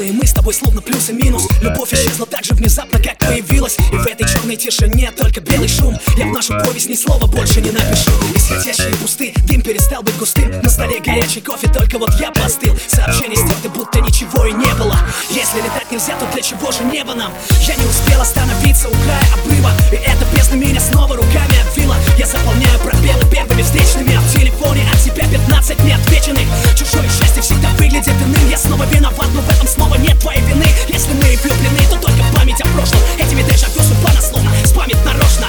Черные мы с тобой словно плюс и минус. Любовь исчезла так же внезапно, как появилась. И в этой черной тишине только белый шум. Я в нашу повесть ни слова больше не напишу. Исходящие пусты, дым перестал быть густым. На столе горячий кофе, только вот я постыл. Сообщение стерты, будто ничего и не было. Если летать нельзя, то для чего же небо нам? Я не успел остановиться у края обрыва, и эта бездна меня снова руками обвила. Я заполняю пробелы первыми встречными, а в телефоне от тебя 15 неотвеченных. Чужое счастье всегда выглядит иным. Я снова виноват, но в этом снова нет твоей вины. Если мы и влюблены, то только память о прошлом. Этими дежавю судьба нас словно спамит нарочно.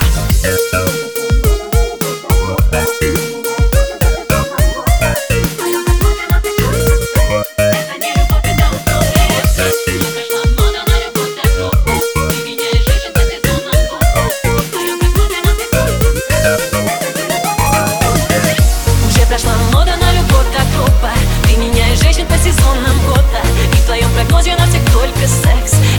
Прошла мода на любовь так грубо. Ты меняешь женщин по сезонам года. И в твоем прогнозе на всех только секс.